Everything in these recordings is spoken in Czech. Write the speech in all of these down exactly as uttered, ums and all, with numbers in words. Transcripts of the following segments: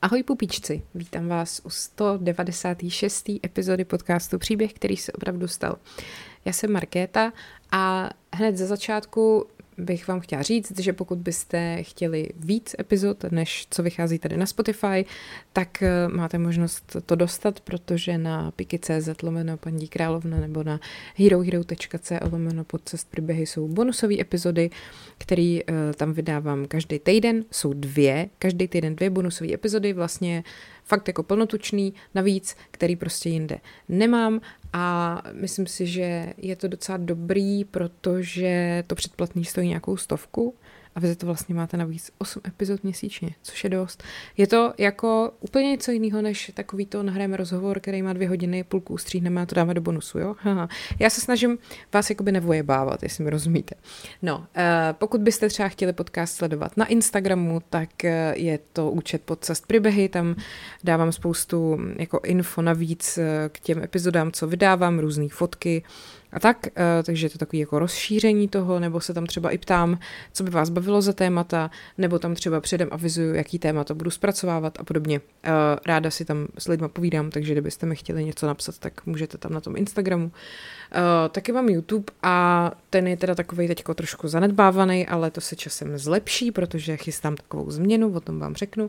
Ahoj pupíčci, vítám vás u sto devadesáté šesté epizody podcastu Příběh, který se opravdu stal. Já jsem Markéta a hned za začátku bych vám chtěla říct, že pokud byste chtěli víc epizod, než co vychází tady na Spotify, tak máte možnost to dostat, protože na piki tečka cé zet lomeno paní královna nebo na herohero tečka co lomeno podcast příběhy jsou bonusové epizody, které uh, tam vydávám každý týden. Jsou dvě, každý týden dvě bonusové epizody, vlastně fakt jako plnotučný, navíc, který prostě jinde nemám a myslím si, že je to docela dobrý, protože to předplatný stojí nějakou stovku a vy za to vlastně máte navíc osm epizod měsíčně, což je dost. Je to jako úplně něco jiného, než takový to nahrajeme rozhovor, který má dvě hodiny, půlku ustříhneme a to dáme do bonusu, jo? Haha. Já se snažím vás jakoby nevojebávat, jestli mi rozumíte. No, eh, pokud byste třeba chtěli podcast sledovat na Instagramu, tak eh, je to účet Podcast Příběhy, tam dávám spoustu jako info navíc eh, k těm epizodám, co vydávám, různé fotky, a tak, takže je to takový jako rozšíření toho, nebo se tam třeba i ptám, co by vás bavilo za témata, nebo tam třeba předem avizuju, jaký témata budu zpracovávat a podobně. Ráda si tam s lidma povídám, takže kdybyste mi chtěli něco napsat, tak můžete tam na tom Instagramu. Taky mám YouTube a ten je teda takovej teďko trošku zanedbávaný, ale to se časem zlepší, protože chystám takovou změnu, o tom vám řeknu.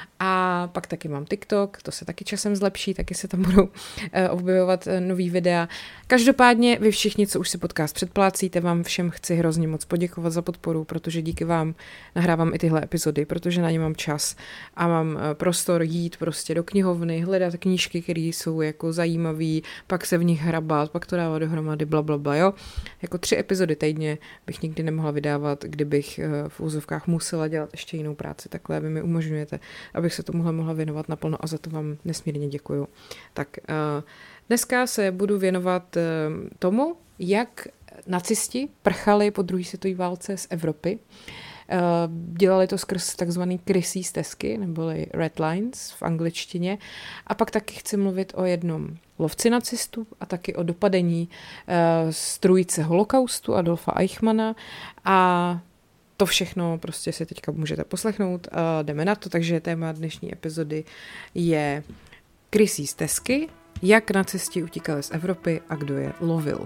A pak taky mám TikTok, to se taky časem zlepší, taky se tam budou objevovat nový videa. Každopádně vy všichni, co už si podcast předplácíte, vám všem chci hrozně moc poděkovat za podporu, protože díky vám nahrávám i tyhle epizody, protože na ně mám čas a mám prostor jít prostě do knihovny, hledat knížky, které jsou jako zajímavé, pak se v nich hrabat, pak to dávat dohromady, blablabla, jo. Jako tři epizody týdně bych nikdy nemohla vydávat, kdybych v úzovkách musela dělat ještě jinou práci, takhle vy mi umožňujete, abych se tomuhle mohla věnovat naplno a za to vám nesmírně děkuju. Tak uh, dneska se budu věnovat uh, tomu, jak nacisti prchali po druhé světové válce z Evropy. Uh, dělali to skrz takzvaný krysí stezky, neboli red lines v angličtině. A pak taky chci mluvit o jednom lovci nacistů a taky o dopadení uh, strůjce holokaustu Adolfa Eichmanna a to všechno prostě si teďka můžete poslechnout a jdeme na to, takže téma dnešní epizody je krysí stezky, jak nacisti utíkali z Evropy a kdo je lovil.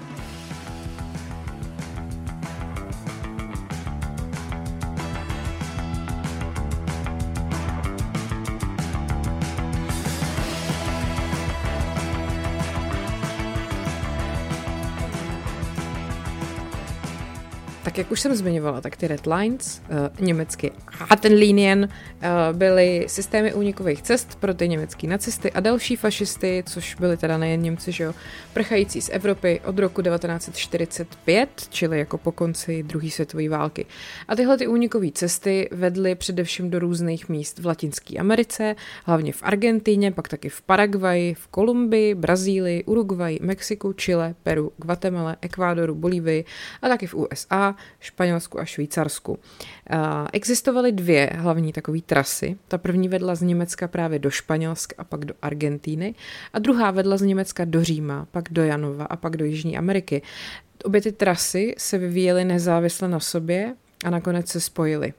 Tak jak už jsem zmiňovala, tak ty Red Lines, uh, německy Hatenlinien, uh, byly systémy únikových cest pro ty německý nacisty a další fašisty, což byli teda nejen Němci, že jo, prchající z Evropy od roku devatenáct set čtyřicet pět, čili jako po konci druhé světové války. A tyhle ty únikové cesty vedly především do různých míst v Latinské Americe, hlavně v Argentině, pak taky v Paraguaji, v Kolumbii, Brazílii, Uruguayi, Mexiku, Chile, Peru, Guatemala, Ekvádoru, Bolívii a taky v U S A, Španělsku a Švýcarsku. Uh, existovaly dvě hlavní takové trasy. Ta první vedla z Německa právě do Španělska a pak do Argentíny a druhá vedla z Německa do Říma, pak do Janova a pak do Jižní Ameriky. Obě ty trasy se vyvíjely nezávisle na sobě a nakonec se spojily.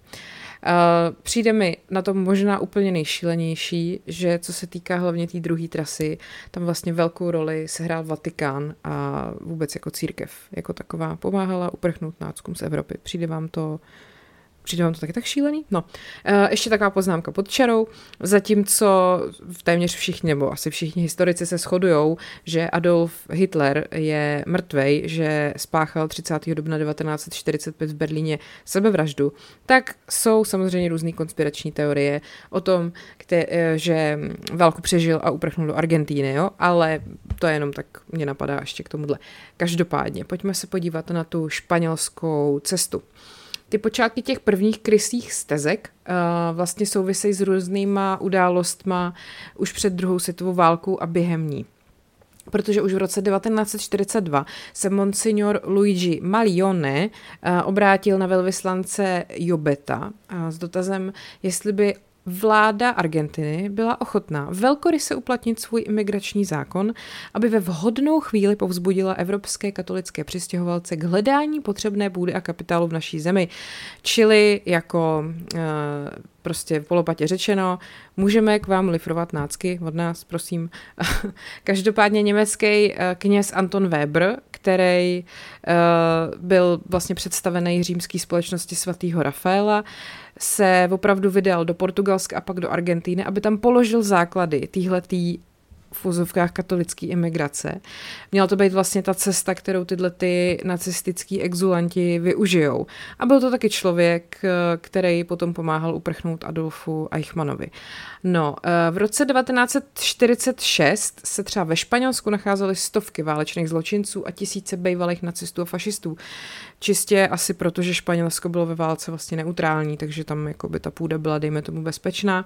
Uh, přijde mi na to možná úplně nejšílenější, že co se týká hlavně té druhé trasy, tam vlastně velkou roli sehrál Vatikán a vůbec jako církev, jako taková pomáhala uprchnout náckům z Evropy. Přijde vám to Přijde vám to taky tak šílený? No. E, ještě taková poznámka pod čarou. Zatímco téměř všichni, nebo asi všichni historici se shodujou, že Adolf Hitler je mrtvej, že spáchal třicátého dubna devatenáct set čtyřicet pět v Berlíně sebevraždu, tak jsou samozřejmě různý konspirační teorie o tom, kte, že válku přežil a uprchnul do Argentíny, jo? Ale to je jenom tak mě napadá ještě k tomuhle. Každopádně, pojďme se podívat na tu španělskou cestu. Ty počátky těch prvních krysích stezek uh, vlastně souvisejí s různýma událostma už před druhou světovou válkou a během ní. Protože už v roce devatenáct set čtyřicet dva se monsignor Luigi Malione uh, obrátil na velvyslance Jobeta uh, s dotazem, jestli by vláda Argentiny byla ochotná velkoryse uplatnit svůj imigrační zákon, aby ve vhodnou chvíli povzbudila evropské katolické přistěhovalce k hledání potřebné půdy a kapitálu v naší zemi. Čili jako uh, prostě v polopatě řečeno, můžeme k vám lifrovat nácky od nás, prosím. Každopádně německý kněz Anton Weber, který uh, byl vlastně představený římské společnosti svatého Rafaela, se opravdu vydal do Portugalska a pak do Argentíny, aby tam položil základy téhletý v úzovkách katolické imigrace. Měla to být vlastně ta cesta, kterou tyhle ty nacistický exulanti využijou. A byl to taky člověk, který potom pomáhal uprchnout Adolfu Eichmannovi. No, v roce devatenáct set čtyřicet šest se třeba ve Španělsku nacházely stovky válečných zločinců a tisíce bývalých nacistů a fašistů. Čistě asi proto, že Španělsko bylo ve válce vlastně neutrální, takže tam jakoby ta půda byla, dejme tomu, bezpečná.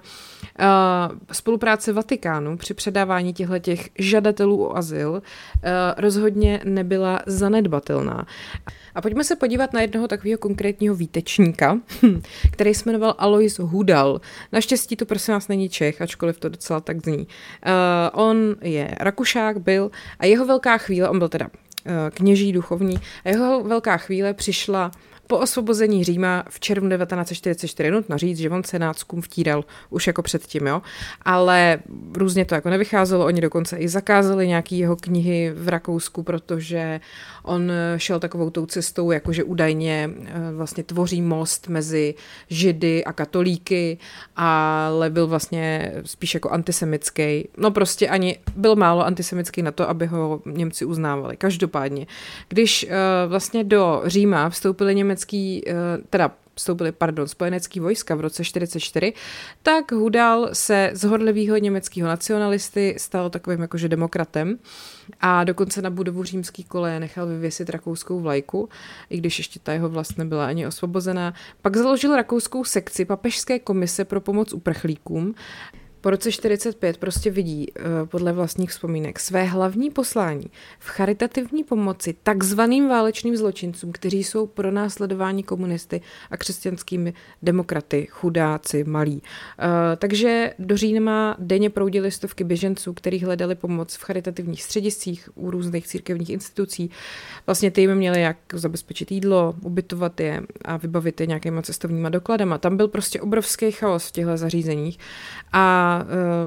Spolupráce Vatikánu při předávání těchto žadatelů o azyl rozhodně nebyla zanedbatelná. A pojďme se podívat na jednoho takového konkrétního výtečníka, který se jmenoval Alois Hudal. Naštěstí to prosím vás není Čech, ačkoliv to docela tak zní. Uh, on je Rakušák, byl, a jeho velká chvíle, on byl teda uh, kněží duchovní, a jeho velká chvíle přišla po osvobození Říma v červnu devatenáct set čtyřicet čtyři. Nutno říct, že on se náckům vtíral už jako předtím, jo. Ale různě to jako nevycházelo, oni dokonce i zakázali nějaký jeho knihy v Rakousku, protože on šel takovou tou cestou, jakože údajně vlastně tvoří most mezi Židy a katolíky, ale byl vlastně spíš jako antisemický. No prostě ani byl málo antisemický na to, aby ho Němci uznávali. Každopádně, když vlastně do Říma vstoupili německý, teda vstoupili, pardon, spojenecký vojska v roce čtyřicet čtyři, tak Hudal se z horlivého německého nacionalisty stal takovým jakože demokratem a dokonce na budovu římský koleje nechal vyvěsit rakouskou vlajku, i když ještě ta jeho vlast nebyla ani osvobozená. Pak založil rakouskou sekci Papežské komise pro pomoc uprchlíkům. Po roce čtyřicet pět prostě vidí podle vlastních vzpomínek své hlavní poslání v charitativní pomoci takzvaným válečným zločincům, kteří jsou pronásledováni komunisty a křesťanskými demokraty, chudáci, malí. Takže do Říma denně proudily stovky běženců, kteří hledali pomoc v charitativních střediscích u různých církevních institucí. Vlastně ty jim měli jak zabezpečit jídlo, ubytovat je a vybavit je nějakýma cestovníma dokladama. Tam byl prostě obrovský chaos v těchto zařízeních a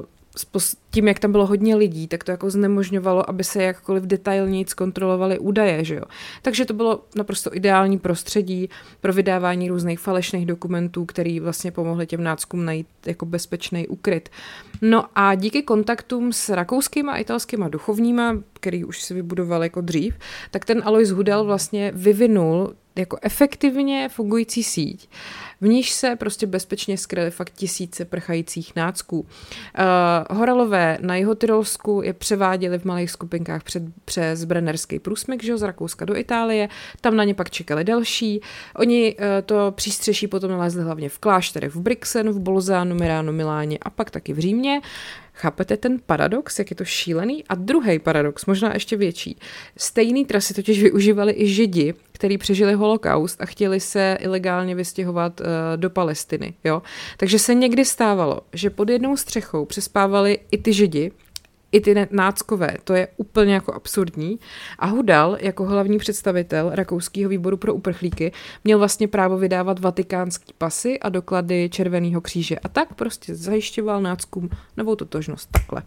s tím, jak tam bylo hodně lidí, tak to jako znemožňovalo, aby se jakkoliv detailnějc kontrolovaly údaje, že jo. Takže to bylo naprosto ideální prostředí pro vydávání různých falešných dokumentů, který vlastně pomohly těm náckům najít jako bezpečný úkryt. No a díky kontaktům s rakouskýma a italskýma duchovníma, který už si vybudoval jako dřív, tak ten Alois Hudal vlastně vyvinul jako efektivně fungující síť, v níž se prostě bezpečně skryly fakt tisíce prchajících nácků. Uh, Horalové na Jihotyrolsku je převáděli v malých skupinkách před, přes Brennerský průsmyk, že jo, z Rakouska do Itálie, tam na ně pak čekali další. Oni uh, to přístřeší potom nalezli hlavně v klášterech v Brixenu, v Bolzánu, Miránu, Miláně a pak taky v Římě. Chápete ten paradox, jak je to šílený? A druhý paradox, možná ještě větší. Stejný trasy totiž využívali i Židi, kteří přežili holokaust a chtěli se ilegálně vystěhovat uh, do Palestiny. Jo? Takže se někdy stávalo, že pod jednou střechou přespávali i ty Židi, i ty náckové, to je úplně jako absurdní. A Hudal, jako hlavní představitel Rakouského výboru pro uprchlíky, měl vlastně právo vydávat vatikánský pasy a doklady Červeného kříže. A tak prostě zajišťoval náckům novou totožnost takhle.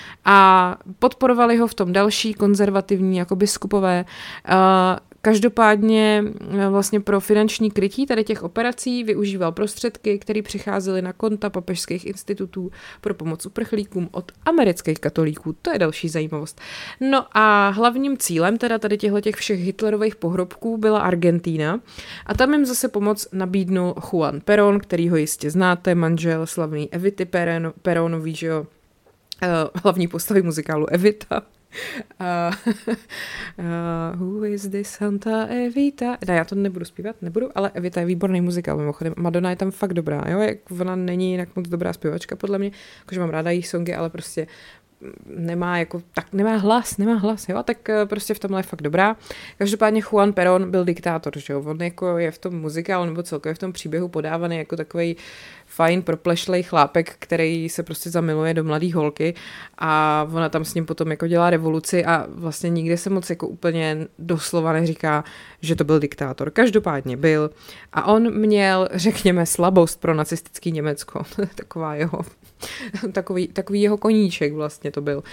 A podporovali ho v tom další konzervativní jako biskupové. Každopádně vlastně pro finanční krytí tady těch operací využíval prostředky, které přicházely na konta papežských institutů pro pomoc uprchlíkům od amerických katolíků. To je další zajímavost. No a hlavním cílem teda tady těchto těch všech Hitlerových pohrobků byla Argentína a tam jim zase pomoc nabídnul Juan Perón, který ho jistě znáte, manžel slavný Evity Perónový, že jo, hlavní postavy muzikálu Evita. Uh, uh, who is this Santa Evita? Ne, já to nebudu zpívat, nebudu, ale Evita je výborný muzikál, mimochodem. Madonna je tam fakt dobrá, jo, jak ona není jinak moc dobrá zpěvačka, podle mě, jakože mám ráda jejich songy, ale prostě nemá jako, tak nemá hlas, nemá hlas, jo, tak prostě v tomhle je fakt dobrá. Každopádně Juan Perón byl diktátor, že jo, on jako je v tom muzikálu nebo celkově v tom příběhu podávaný jako takovej fajn proplešlej chlápek, který se prostě zamiluje do mladý holky a ona tam s ním potom jako dělá revoluci a vlastně nikde se moc jako úplně doslova neříká, že to byl diktátor. Každopádně byl a on měl, řekněme, slabost pro nacistický Německo. Taková jeho, takový, takový jeho koníček vlastně to byl. Uh,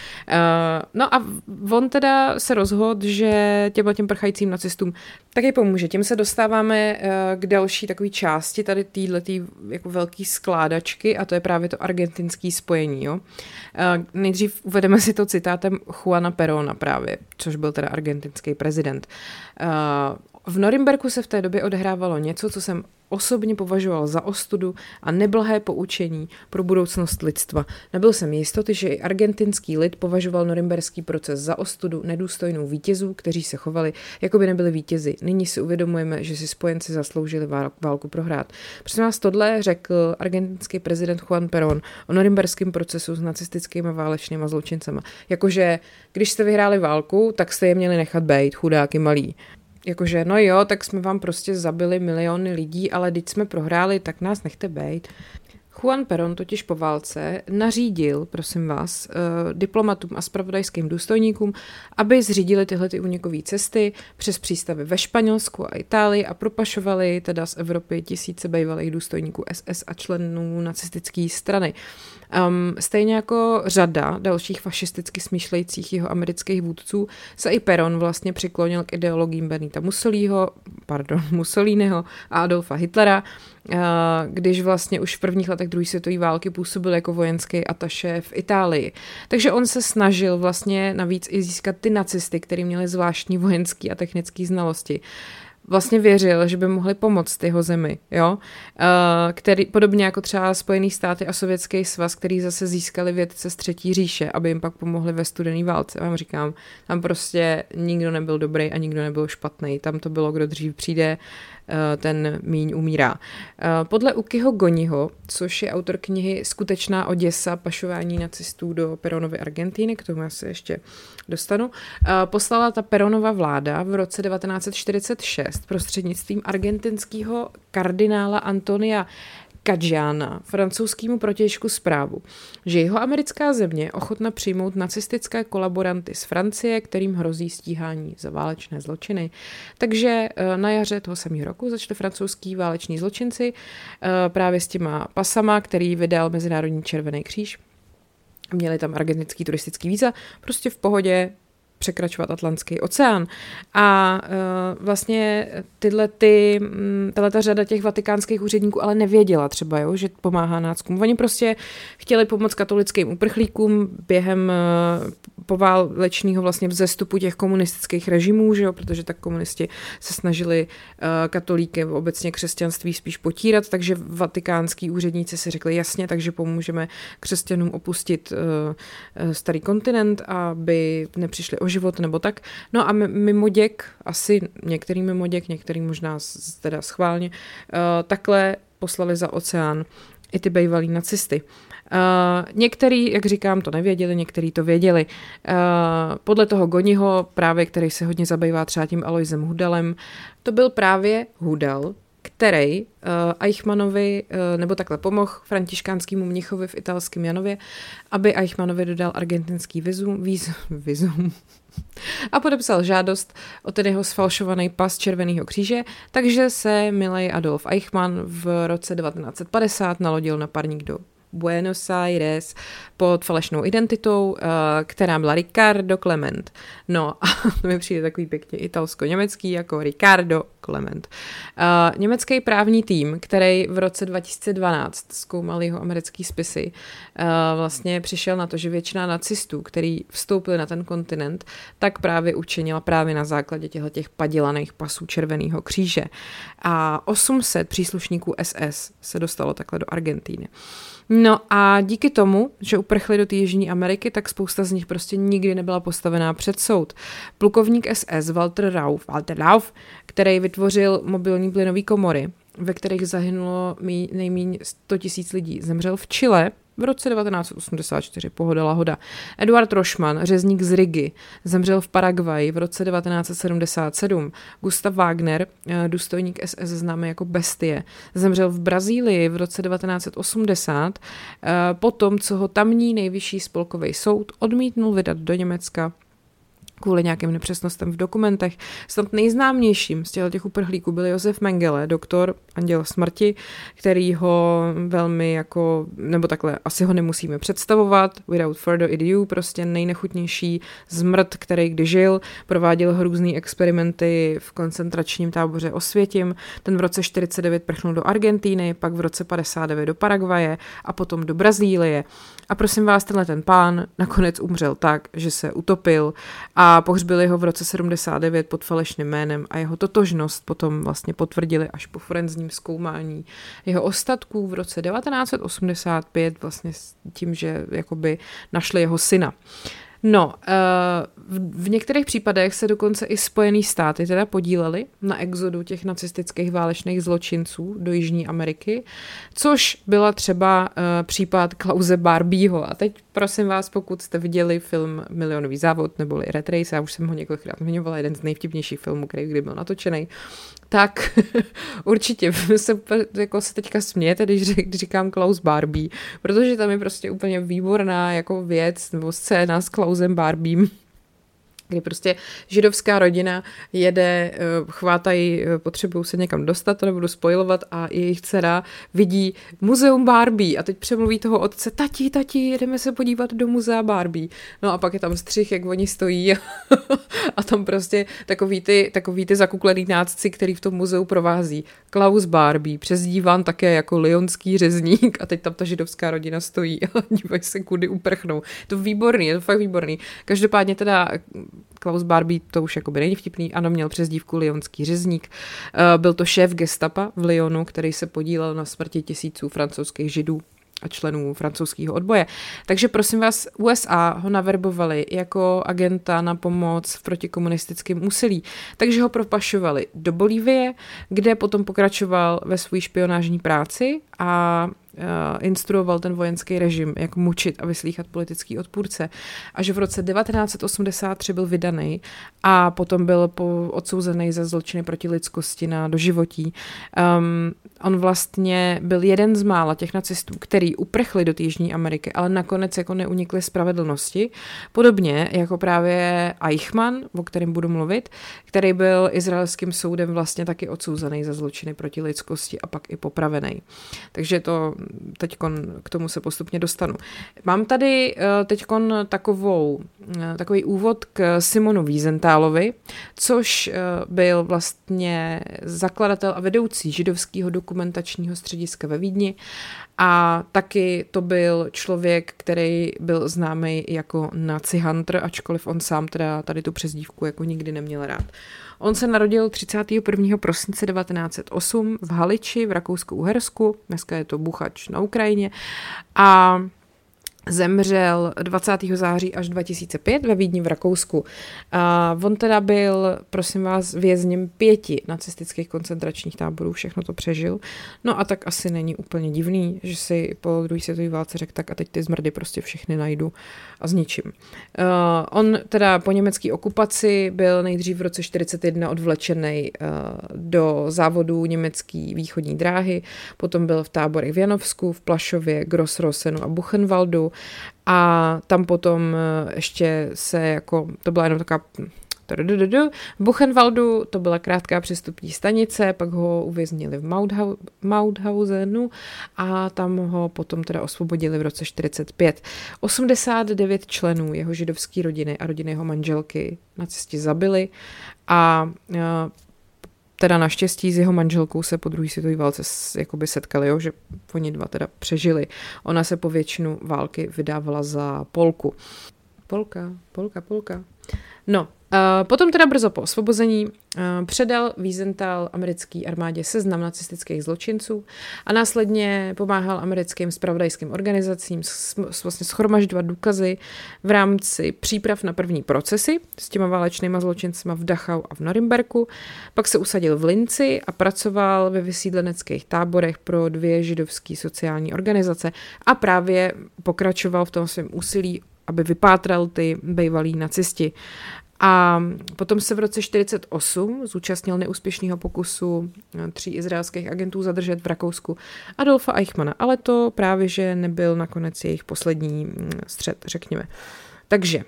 no a on teda se rozhodl, že těmhle těm prchajícím nacistům taky pomůže. Tím se dostáváme uh, k další takové části tady týhletý jako velký skládačky a to je právě to argentinský spojení. Jo? Uh, nejdřív uvedeme si to citátem Juana Perona právě, což byl teda argentinský prezident. Uh, v Norimberku se v té době odehrávalo něco, co jsem osobně považoval za ostudu a neblahé poučení pro budoucnost lidstva. Nebyl jsem jistoty, že i argentinský lid považoval norimberský proces za ostudu nedůstojnou vítězů, kteří se chovali, jako by nebyli vítězi. Nyní si uvědomujeme, že si spojenci zasloužili válku prohrát. Prosím vás, tohle řekl argentinský prezident Juan Perón o norimberském procesu s nacistickými válečnými zločincema. Jakože, když jste vyhráli válku, tak jste je měli nechat bejt, chudáky malí. Jakože, no jo, tak jsme vám prostě zabili miliony lidí, ale když jsme prohráli, tak nás nechte bejt. Juan Perón totiž po válce nařídil, prosím vás, diplomatům a zpravodajským důstojníkům, aby zřídili tyhle ty únikové cesty přes přístavy ve Španělsku a Itálii a propašovali teda z Evropy tisíce bývalých důstojníků S S a členů nacistické strany. Um, stejně jako řada dalších fašisticky smýšlejících jeho amerických vůdců se i Perón vlastně přiklonil k ideologiím Benita Mussoliniho, pardon, Mussoliniho a Adolfa Hitlera, uh, když vlastně už v prvních letech druhé světové války působil jako vojenský ataše v Itálii. Takže on se snažil vlastně navíc i získat ty nacisty, kteří měli zvláštní vojenský a technické znalosti. Vlastně věřil, že by mohli pomoct jeho zemi, jo? Uh, který, podobně jako třeba Spojený státy a Sovětský svaz, který zase získali vědce z Třetí říše, aby jim pak pomohli ve studené válce. Já vám říkám, tam prostě nikdo nebyl dobrý a nikdo nebyl špatný. Tam to bylo, kdo dřív přijde, ten míň umírá. Podle Ukiho Goniho, což je autor knihy Skutečná Oděsa, pašování nacistů do Peronovy Argentíny, k tomu já se ještě dostanu, poslala ta Peronova vláda v roce devatenáct set čtyřicet šest prostřednictvím argentinského kardinála Antonia Caggiana francouzskému protějšku zprávu, že jeho americká země je ochotna přijmout nacistické kolaboranty z Francie, kterým hrozí stíhání za válečné zločiny. Takže na jaře toho samého roku začali francouzský váleční zločinci právě s těma pasama, který vydal Mezinárodní červený kříž. Měli tam argentinský turistický víza, prostě v pohodě překračovat Atlantský oceán. A uh, vlastně tyhle ty, tahle ta řada těch vatikánských úředníků ale nevěděla třeba, jo, že pomáhá náckům. Oni prostě chtěli pomoct katolickým uprchlíkům během uh, poválečného vlastně vzestupu těch komunistických režimů, že jo, protože tak komunisti se snažili uh, katolíky, obecně křesťanství spíš potírat, takže vatikánský úředníci si řekli jasně, takže pomůžeme křesťanům opustit uh, starý kontinent, aby nepřišli o život nebo tak. No a mimoděk, asi některý mimoděk, některý možná teda schválně, uh, takhle poslali za oceán i ty bejvalí nacisty. Uh, některý, jak říkám, to nevěděli, některý to věděli. Uh, podle toho Goniho, právě který se hodně zabývá třeba tím Aloisem Hudalem, to byl právě Hudal, který uh, Eichmannovi, uh, nebo takhle pomohl františkánskému mnichovi v italském Janově, aby Eichmannovi dodal argentinský vizum, víz, vizum a podepsal žádost o ten jeho sfalšovaný pas Červeného kříže, takže se milej Adolf Eichmann v roce devatenáct set padesát nalodil na parník do Buenos Aires pod falešnou identitou, která byla Ricardo Clement. No a to mi přijde takový pěkně italsko-německý jako Ricardo Clement. Německý právní tým, který v roce dva tisíce dvanáct zkoumal jeho americký spisy, vlastně přišel na to, že většina nacistů, který vstoupili na ten kontinent, tak právě učinila právě na základě těchto těch padělaných pasů Červeného kříže. A osm set příslušníků S S se dostalo takhle do Argentíny. No a díky tomu, že uprchli do té Jižní Ameriky, tak spousta z nich prostě nikdy nebyla postavená před soud. Plukovník S S Walter Rauf, Walter Rauf, který vytvořil mobilní plynové komory, ve kterých zahynulo nejméně sto tisíc lidí, zemřel v Chile v roce devatenáct set osmdesát čtyři, pohoda lahoda. Eduard Rošman, řezník z Rigy, zemřel v Paraguaji v roce devatenáct set sedmdesát sedm. Gustav Wagner, důstojník S S známý jako Bestie, zemřel v Brazílii v roce devatenáct set osmdesát, potom, co ho tamní nejvyšší spolkový soud odmítnul vydat do Německa kvůli nějakým nepřesnostem v dokumentech. Snad nejznámějším z těch uprchlíků byl Josef Mengele, doktor, anděl smrti, který ho velmi jako, nebo takhle, asi ho nemusíme představovat, without further ado, prostě nejnechutnější zmrt, který kdy žil, prováděl různý experimenty v koncentračním táboře Osvětim, ten v roce čtyřicet devět prchnul do Argentíny, pak v roce padesát devět do Paraguaje a potom do Brazílie. A prosím vás, tenhle ten pán nakonec umřel tak, že se utopil a pohřbili ho v roce sedmdesát devět pod falešným jménem a jeho totožnost potom vlastně potvrdili až po forenzním zkoumání jeho ostatků v roce devatenáct set osmdesát pět vlastně s tím, že jakoby našli jeho syna. No, v některých případech se dokonce i Spojené státy teda podílely na exodu těch nacistických válečných zločinců do Jižní Ameriky, což byla třeba případ Klause Barbieho. A teď prosím vás, pokud jste viděli film Milionový závod neboli Red Race, já už jsem ho několikrát zmiňovala, jeden z nejvtipnějších filmů, který kdy byl natočený, tak určitě se, jako se teďka smějete, když, když říkám Klaus Barbie, protože tam je prostě úplně výborná jako věc nebo scéna s Klausem Barbiem, kdy prostě židovská rodina jede, chvátají, potřebují se někam dostat, to nebudu spoilovat, a jejich dcera vidí muzeum Barbie a teď přemluví toho otce, tati, tati, jedeme se podívat do muzea Barbie. No a pak je tam střih, jak oni stojí a, a tam prostě takový ty, takový ty zakuklený nácci, který v tom muzeu provází. Klaus Barbie, přezdíván také jako lyonský řezník, a teď tam ta židovská rodina stojí a dívají se, kudy uprchnou. To výborný, je to fakt výborný. Každopádně teda Klaus Barbie, to už jakoby není vtipný, ano, měl přezdívku lyonský řezník. Byl to šéf gestapa v Lyonu, který se podílel na smrti tisíců francouzských židů a členů francouzského odboje. Takže prosím vás, U S A ho naverbovali jako agenta na pomoc v protikomunistickém úsilí. Takže ho propašovali do Bolívie, kde potom pokračoval ve své špionážní práci a instruoval ten vojenský režim, jak mučit a vyslýchat politický odpůrce. Až v roce devatenáct set osmdesát tři byl vydaný a potom byl po, odsouzený za zločiny proti lidskosti na doživotí. Um, on vlastně byl jeden z mála těch nacistů, který uprchli do Jižní Ameriky, ale nakonec jako neunikli spravedlnosti. Podobně jako právě Eichmann, o kterém budu mluvit, který byl izraelským soudem vlastně taky odsouzený za zločiny proti lidskosti a pak i popravený. Takže to teďkon k tomu se postupně dostanu. Mám tady teďkon takovou, takový úvod k Simonu Wiesenthálovi, což byl vlastně zakladatel a vedoucí židovského dokumentačního střediska ve Vídni a taky to byl člověk, který byl známý jako Nazi Hunter, ačkoliv on sám teda tady tu přezdívku jako nikdy neměl rád. On se narodil třicátého prvního prosince devatenáct set osm v Haliči v Rakousku-Uhersku, dneska je to Buchač na Ukrajině, a zemřel dvacátého září až dva tisíce pět ve Vídni v Rakousku. A on teda byl, prosím vás, vězněm pěti nacistických koncentračních táborů, všechno to přežil. No a tak asi není úplně divný, že si po druhé světové válce řekl, tak a teď ty zmrdy prostě všechny najdu a zničím. Uh, on teda po německé okupaci byl nejdřív v roce čtyřicet jedna odvlečený uh, do závodů německé východní dráhy, potom byl v táborech v Janovsku, v Plašově, Grossrosenu a Buchenwaldu. A tam potom ještě se jako, to byla jenom taková v Buchenwaldu, to byla krátká přestupní stanice, pak ho uvěznili v Mauthau- Mauthausenu a tam ho potom teda osvobodili v roce čtyřicet pět. osmdesát devět členů jeho židovské rodiny a rodiny jeho manželky nacisti zabili a teda naštěstí s jeho manželkou se po druhé světové válce jakoby setkali, jo, že oni dva teda přežili. Ona se po většinu války vydávala za Polku. Polka, Polka, Polka. No, Potom teda brzo po osvobození předal Wiesenthal americké armádě seznam nacistických zločinců a následně pomáhal americkým zpravodajským organizacím vlastně shromažďovat důkazy v rámci příprav na první procesy s těma válečnýma zločincema v Dachau a v Norimberku. Pak se usadil v Linci a pracoval ve vysídleneckých táborech pro dvě židovské sociální organizace a právě pokračoval v tom svém úsilí, aby vypátral ty bývalí nacisti. A potom se v roce čtyřicet osm zúčastnil neúspěšného pokusu tří izraelských agentů zadržet v Rakousku Adolfa Eichmanna, ale to právě, že nebyl nakonec jejich poslední střet, řekněme. Takže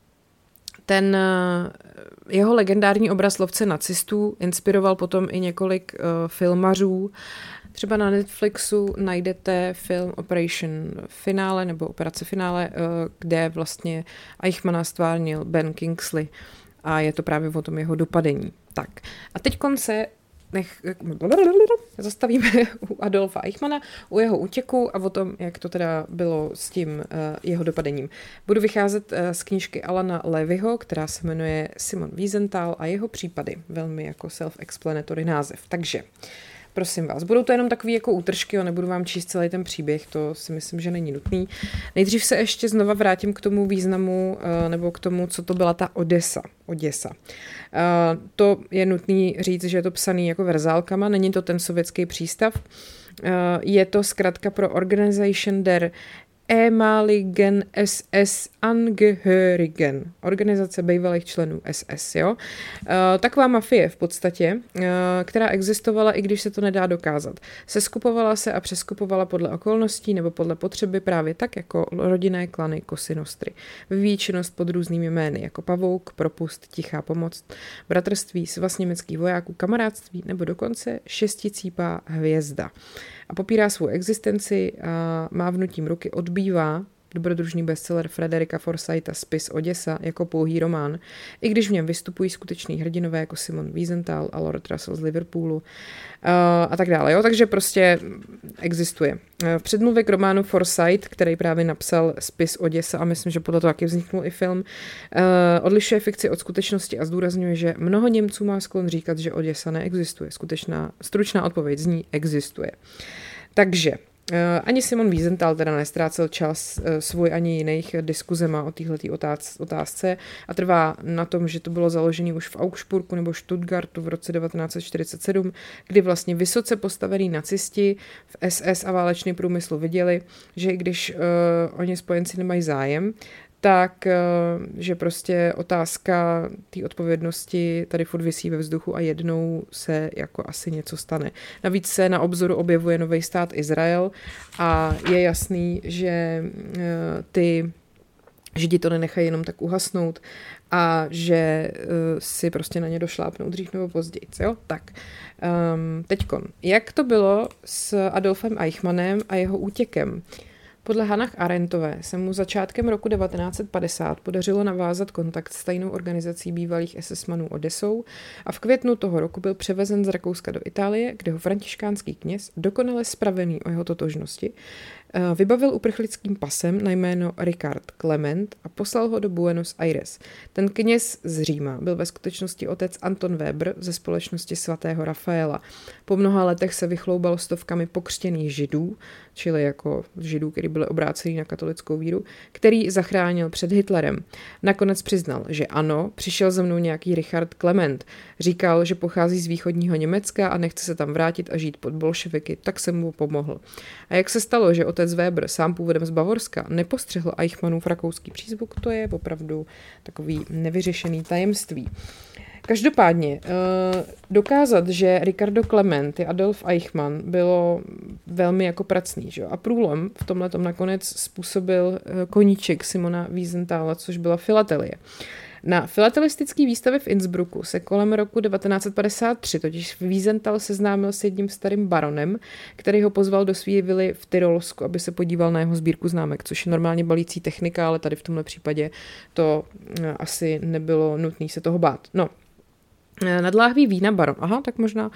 ten jeho legendární obraz lovce nacistů inspiroval potom i několik uh, filmařů. Třeba na Netflixu najdete film Operation Finale nebo Operace Finále, kde vlastně Eichmanna stvárnil Ben Kingsley a je to právě o tom jeho dopadení. Tak a teď konce nech, zastavíme u Adolfa Eichmanna, u jeho útěku a o tom, jak to teda bylo s tím uh, jeho dopadením. Budu vycházet uh, z knížky Alana Levyho, která se jmenuje Simon Wiesenthal a jeho případy. Velmi jako self-explanatory název. Takže prosím vás, budou to jenom takový jako útržky, jo, nebudu vám číst celý ten příběh, to si myslím, že není nutný. Nejdřív se ještě znova vrátím k tomu významu, nebo k tomu, co to byla ta Odesa. Oděsa. To je nutný říct, že je to psaný jako verzálkama, není to ten sovětský přístav. Je to zkratka pro Organisation der ehemaligen S S Angehörigen, organizace bývalých členů S S, jo. Uh, taková mafie v podstatě, uh, která existovala, i když se to nedá dokázat. Seskupovala se a přeskupovala podle okolností nebo podle potřeby právě tak, jako rodinné klany Kosy Nostry. Vyvíjí činnost pod různými jmény, jako Pavouk, Propust, Tichá pomoc, Bratrství, Svaz německých vojáků, Kamarádství nebo dokonce Šesticípá hvězda. A popírá svou existenci a mávnutím ruky odbývá dobrodružný bestseller Frederika Forsytha Spis Oděsa jako pouhý román, i když v něm vystupují skuteční hrdinové jako Simon Wiesenthal a Lord Russell z Liverpoolu uh, a tak dále. Jo? Takže prostě existuje. V předmluvě k románu Forsyth, který právě napsal Spis Oděsa a myslím, že podle toho taky vzniknul i film, uh, odlišuje fikci od skutečnosti a zdůrazňuje, že mnoho Němců má sklon říkat, že Oděsa neexistuje. Skutečná, stručná odpověď zní existuje. Takže Uh, ani Simon Wiesenthal teda nestrácel čas uh, svůj ani jiných diskuzema o téhletý otáz, otázce a trvá na tom, že to bylo založené už v Augsburgu nebo Stuttgartu v roce devatenáct set čtyřicet sedm, kdy vlastně vysoce postavení nacisti v S S a válečný průmysl viděli, že i když uh, oni spojenci nemají zájem, tak, že prostě otázka té odpovědnosti tady furt visí ve vzduchu a jednou se jako asi něco stane. Navíc se na obzoru objevuje nový stát Izrael a je jasný, že ty Židi to nenechají jenom tak uhasnout a že si prostě na ně došlápnou dřív nebo později. Jo? Tak, um, teďkon. Jak to bylo s Adolfem Eichmannem a jeho útěkem? Podle Hannah Arendtové se mu začátkem roku devatenáct set padesát podařilo navázat kontakt s tajnou organizací bývalých esesmanů Odesou a v květnu toho roku byl převezen z Rakouska do Itálie, kde ho františkánský kněz, dokonale spravený o jeho totožnosti, vybavil uprchlickým pasem na jméno Richard Clement a poslal ho do Buenos Aires. Ten kněz z Říma byl ve skutečnosti otec Anton Weber ze společnosti svatého Rafaela. Po mnoha letech se vychloubal stovkami pokřtěných židů, čili jako židů, kteří byli obrácení na katolickou víru, který zachránil před Hitlerem. Nakonec přiznal, že ano, přišel za mnou nějaký Richard Clement. Říkal, že pochází z východního Německa a nechce se tam vrátit a žít pod bolševiky, tak jsem mu pomohl. A jak se stalo, že otec Weber, sám původem z Bavorska, nepostřehl Eichmannův rakouský přízvuk, to je opravdu takový nevyřešený tajemství. Každopádně dokázat, že Ricardo Clement je Adolf Eichmann, bylo velmi jako pracný. Že? A průlom v tomhletom nakonec způsobil koníček Simona Wiesenthala, což byla filatelie. Na filatelistické výstavě v Innsbrucku se kolem roku devatenáct set padesát tři totiž Wiesenthal seznámil s jedním starým baronem, který ho pozval do své vily v Tyrolsku, aby se podíval na jeho sbírku známek, což je normálně balící technika, ale tady v tomhle případě to asi nebylo nutné se toho bát. No, Nadláhvý vína baron, aha, tak možná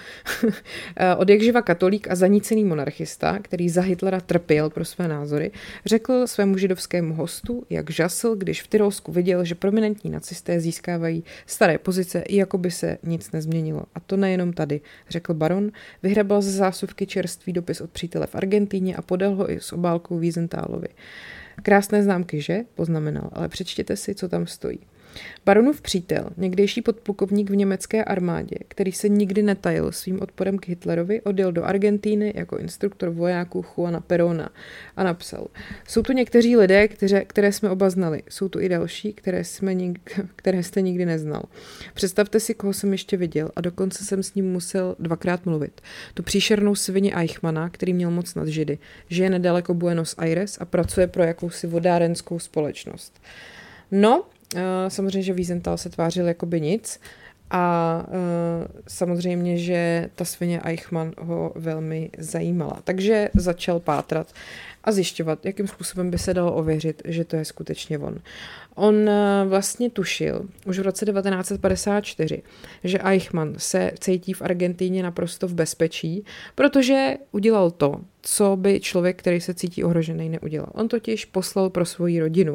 od jakživa katolík a zanícený monarchista, který za Hitlera trpěl pro své názory, řekl svému židovskému hostu, jak žasl, když v Tyrolsku viděl, že prominentní nacisté získávají staré pozice i jako by se nic nezměnilo. A to nejenom tady, řekl baron, vyhrabal ze zásuvky čerstvý dopis od přítele v Argentíně a podal ho i s obálkou Wiesenthalovi. Krásné známky, že? Poznamenal, ale přečtěte si, co tam stojí. Baronův přítel, někdejší podplukovník v německé armádě, který se nikdy netajil svým odporem k Hitlerovi, odjel do Argentíny jako instruktor vojáků Juana Perona a napsal: Jsou tu někteří lidé, které, které jsme oba znali, jsou tu i další, které, jsme nik, které jste nikdy neznal. Představte si, koho jsem ještě viděl a dokonce jsem s ním musel dvakrát mluvit. Tu příšernou svini Eichmana, který měl moc nad Židy, žije nedaleko Buenos Aires a pracuje pro jakousi vodárenskou společnost. No, Uh, samozřejmě, že Wiesenthal se tvářil jako by nic a uh, samozřejmě, že ta svině Eichmann ho velmi zajímala. Takže začal pátrat a zjišťovat, jakým způsobem by se dalo ověřit, že to je skutečně on. On uh, vlastně tušil už v roce devatenáct set padesát čtyři, že Eichmann se cítí v Argentíně naprosto v bezpečí, protože udělal to, co by člověk, který se cítí ohrožený, neudělal. On totiž poslal pro svoji rodinu.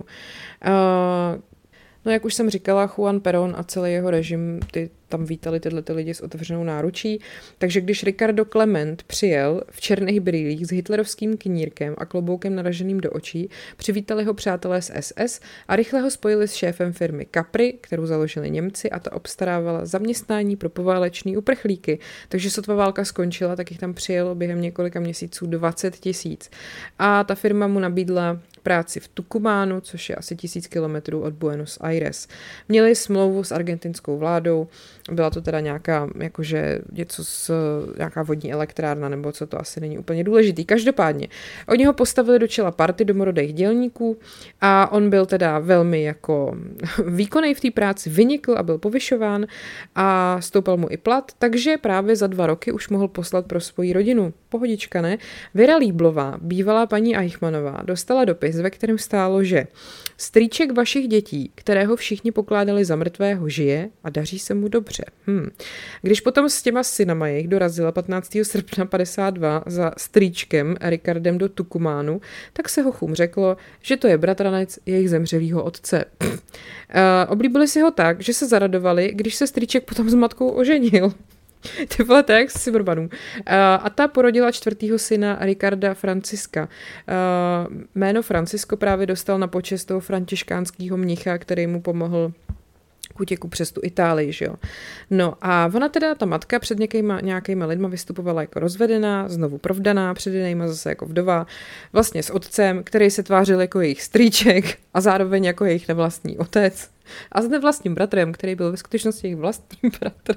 Uh, No, jak už jsem říkala, Juan Perón a celý jeho režim, ty tam vítali tyhle ty lidi s otevřenou náručí, takže když Ricardo Klement přijel v černých brýlích s hitlerovským knírkem a kloboukem naraženým do očí, přivítali ho přátelé z S S a rychle ho spojili s šéfem firmy Capri, kterou založili Němci, a ta obstarávala zaměstnání pro poválečný uprchlíky. Takže sotva válka skončila, tak jich tam přijelo během několika měsíců dvacet tisíc. A ta firma mu nabídla práci v Tucumánu, což je asi tisíc kilometrů od Buenos Aires. Měli smlouvu s argentinskou vládou, byla to teda nějaká, jakože něco s nějaká vodní elektrárna, nebo co, to asi není úplně důležitý. Každopádně, oni ho postavili do čela party domorodých dělníků a on byl teda velmi jako výkonný v té práci, vynikl a byl povyšován a stoupal mu i plat, takže právě za dva roky už mohl poslat pro svoji rodinu. Pohodička, ne? Věra Líblová, bývalá paní Eichmannová, dostala dopis, ve kterém stálo, že strýček vašich dětí, kterého všichni pokládali za mrtvého, žije a daří se mu dobře. Hmm. Když potom s těma synama jejich dorazila patnáctého srpna padesát dva za strýčkem Ricardem do Tucumánu, tak se hochům řeklo, že to je bratranec jejich zemřelýho otce. Uh, oblíbili si ho tak, že se zaradovali, když se strýček potom s matkou oženil. Ty vole, to je jak z Cyberbanů. Uh, a ta porodila čtvrtýho syna Ricarda Franciska. Uh, jméno Francisco právě dostal na počest toho františkánského mnicha, který mu pomohl k útěku přes tu Itálii, že jo. No a ona teda, ta matka, před někýma, nějakýma lidma vystupovala jako rozvedená, znovu provdaná, před jinýma zase jako vdova, vlastně s otcem, který se tvářil jako jejich strýček a zároveň jako jejich nevlastní otec. A s nevlastním bratrem, který byl ve skutečnosti jejich vlastní bratr.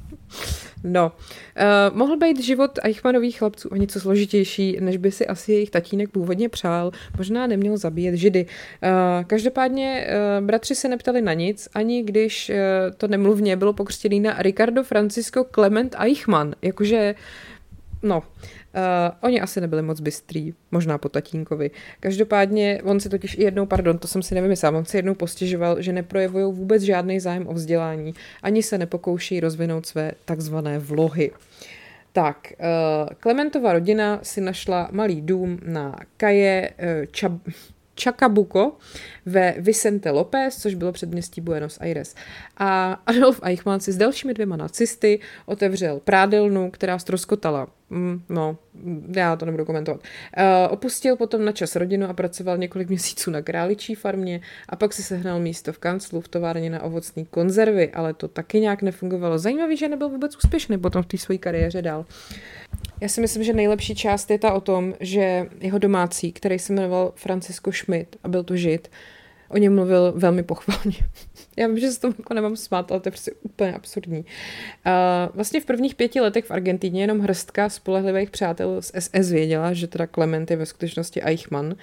No, uh, mohl být život Eichmannových chlapců o něco složitější, než by si asi jejich tatínek původně přál. Možná neměl zabíjet Židy. Uh, každopádně uh, bratři se neptali na nic, ani když uh, to nemluvně bylo pokřtěný na Ricardo Francisco Klement Eichmann. Jakože, no... Uh, oni asi nebyli moc bystrý, možná po tatínkovi. Každopádně on si totiž i jednou, pardon, to jsem si nevymyslela, on si jednou postěžoval, že neprojevují vůbec žádný zájem o vzdělání, ani se nepokouší rozvinout své takzvané vlohy. Tak, uh, Klementova rodina si našla malý dům na Calle uh, Čab... Chacabuco ve Vicente López, což bylo předměstí Buenos Aires. A Adolf Eichmann si s dalšími dvěma nacisty otevřel prádelnu, která ztroskotala. Mm, no, já to nebudu komentovat. Uh, opustil potom na čas rodinu a pracoval několik měsíců na králičí farmě a pak si sehnal místo v kanclu v továrně na ovocné konzervy, ale to taky nějak nefungovalo. Zajímavý, že nebyl vůbec úspěšný potom v té své kariéře dál. Já si myslím, že nejlepší část je ta o tom, že jeho domácí, který se jmenoval Francisco Schmidt a byl to Žid, o něm mluvil velmi pochvalně. Já vím, že se tomu jako nemám smát, ale to je prostě úplně absurdní. Uh, vlastně v prvních pěti letech v Argentíně jenom hrstka spolehlivých přátel z S S věděla, že teda Klement je ve skutečnosti Eichmann. Um,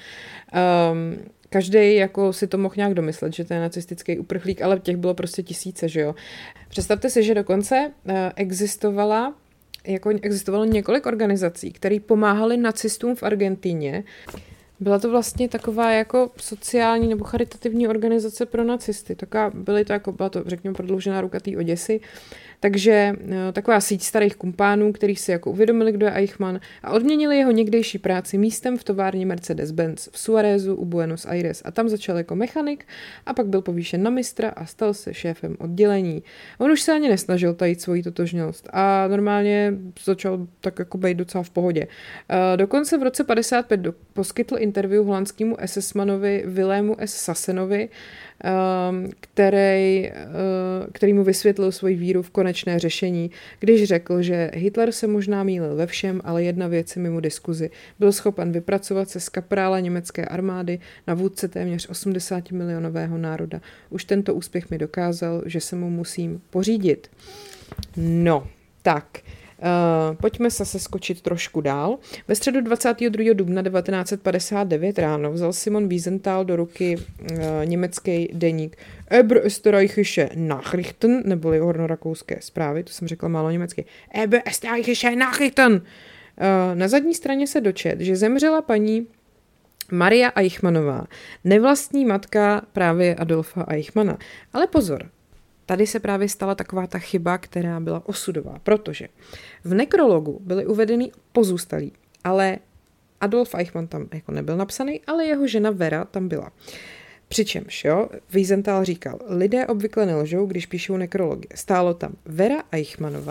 Každý jako si to mohl nějak domyslet, že to je nacistický uprchlík, ale těch bylo prostě tisíce, že jo. Představte si, že dokonce uh, existovala jako existovalo několik organizací, které pomáhaly nacistům v Argentíně Byla to vlastně taková jako sociální nebo charitativní organizace pro nacisty. Taková, byly to jako, byla to, řekněme, prodloužená ruka té Oděsy. Takže taková síť starých kumpánů, kteří si jako uvědomili, kdo je Eichmann a odměnili jeho někdejší práci místem v továrně Mercedes-Benz v Suarezu u Buenos Aires. A tam začal jako mechanik a pak byl povýšen na mistra a stal se šéfem oddělení. On už se ani nesnažil tajit svoji totožnost a normálně začal tak jako být docela v pohodě. Dokonce v roce padesát pět poskytl interview holandskému esesmanovi Willému S. Sassenovi, který, který mu vysvětlil svoji víru v konečné řešení, když řekl, že Hitler se možná mýlil ve všem, ale jedna věc je mimo diskuzi. Byl schopen vypracovat se z kaprála německé armády na vůdce téměř osmdesátimilionového národa. Už tento úspěch mi dokázal, že se mu musím pořídit. No, tak... Uh, pojďme se seskočit trošku dál. Ve středu dvacátého druhého dubna devatenáct set padesát devět ráno vzal Simon Wiesenthal do ruky uh, německý deník Eber-Österreichische Nachrichten, neboli hornorakouské zprávy, to jsem řekla málo německy. Eber-Österreichische Nachrichten! Uh, na zadní straně se dočet, že zemřela paní Maria Eichmannová, nevlastní matka právě Adolfa Eichmanna. Ale pozor, tady se právě stala taková ta chyba, která byla osudová, protože v nekrologu byly uvedeny pozůstalí, ale Adolf Eichmann tam jako nebyl napsaný, ale jeho žena Vera tam byla. Přičemž, jo, Wiesenthal říkal, lidé obvykle nelžou, když píšou nekrology. Stálo tam Vera Eichmannová.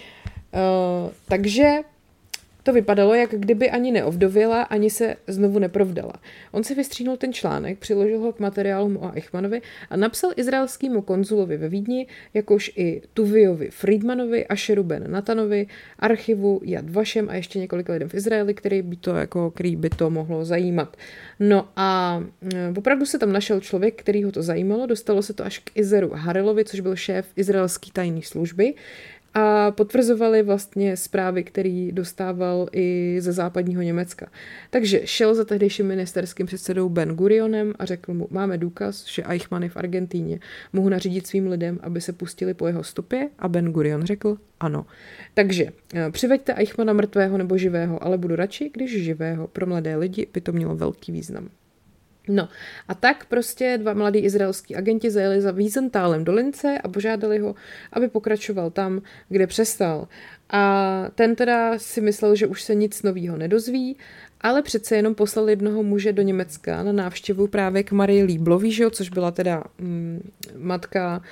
Uh, takže to vypadalo, jak kdyby ani neovdověla, ani se znovu neprovdala. On si vystříhnul ten článek, přiložil ho k materiálům o Eichmannovi a napsal izraelskému konzulovi ve Vídni, jakož i Tuviovi Friedmanovi, Asheru Ben Natanovi, archivu Yad Vashem a ještě několika lidem v Izraeli, který by to, jako, který by to mohlo zajímat. No a opravdu se tam našel člověk, který ho to zajímalo, dostalo se to až k Izeru Harelovi, což byl šéf izraelské tajné služby, a potvrzovali vlastně zprávy, které dostával i ze západního Německa. Takže šel za tehdejším ministerským předsedou Ben Gurionem a řekl mu, máme důkaz, že Eichmann je v Argentíně. Mohu nařídit svým lidem, aby se pustili po jeho stopě? A Ben Gurion řekl, ano. Takže přiveďte Eichmanna mrtvého nebo živého, ale budu radši, když živého. Pro mladé lidi by to mělo velký význam. No a tak prostě dva mladí izraelský agenti zajeli za Wiesenthalem do Lince a požádali ho, aby pokračoval tam, kde přestal. A ten teda si myslel, že už se nic novýho nedozví, ale přece jenom poslal jednoho muže do Německa na návštěvu právě k Marii Lieblový, že jo, což byla teda mm, matka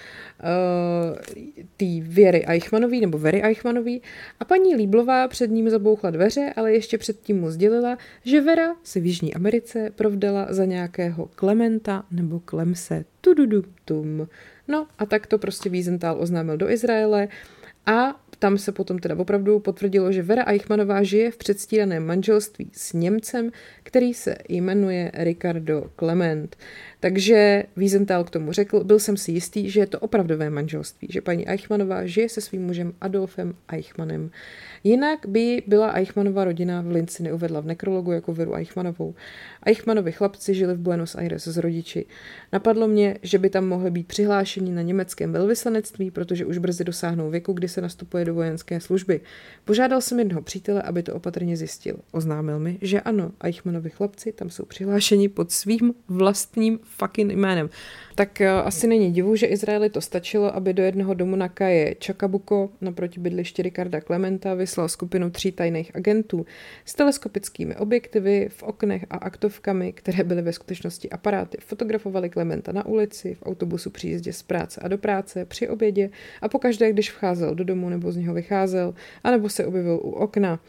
uh, té Věry Eichmannový, nebo Very Eichmannový. A paní Lieblová před ním zabouchla dveře, ale ještě předtím mu sdělila, že Vera se v Jižní Americe provdala za nějakého Klementa nebo Klemse. Tududum. No a tak to prostě Wiesenthal oznámil do Izraele a tam se potom teda opravdu potvrdilo, že Vera Eichmannová žije v předstíraném manželství s Němcem, který se jmenuje Ricardo Klement. Takže Wiesenthal k tomu řekl, byl jsem si jistý, že je to opravdové manželství, že paní Eichmannová žije se svým mužem Adolfem Eichmannem. Jinak by byla Eichmannova rodina v Linci neuvedla v nekrologu jako Veru Eichmannovou. Eichmannovi chlapci žili v Buenos Aires s rodiči. Napadlo mě, že by tam mohli být přihlášeni na německém velvyslanectví, protože už brzy dosáhnou věku, kdy se nastupuje do vojenské služby. Požádal jsem jednoho přítele, aby to opatrně zjistil. Oznámil mi, že ano, Eichmannovi chlapci tam jsou přihlášeni pod svým vlastním fucking jménem. Tak uh, asi není divu, že Izraeli to stačilo, aby do jednoho domu na Kaje Chacabuco naproti bydliště Ricarda Klementa vyslal skupinu tří tajných agentů s teleskopickými objektivy v oknech a aktovkami, které byly ve skutečnosti aparáty. Fotografovali Klementa na ulici, v autobusu při jízdě z práce a do práce, při obědě a pokaždé, když vcházel do domu nebo z něho vycházel, anebo se objevil u okna.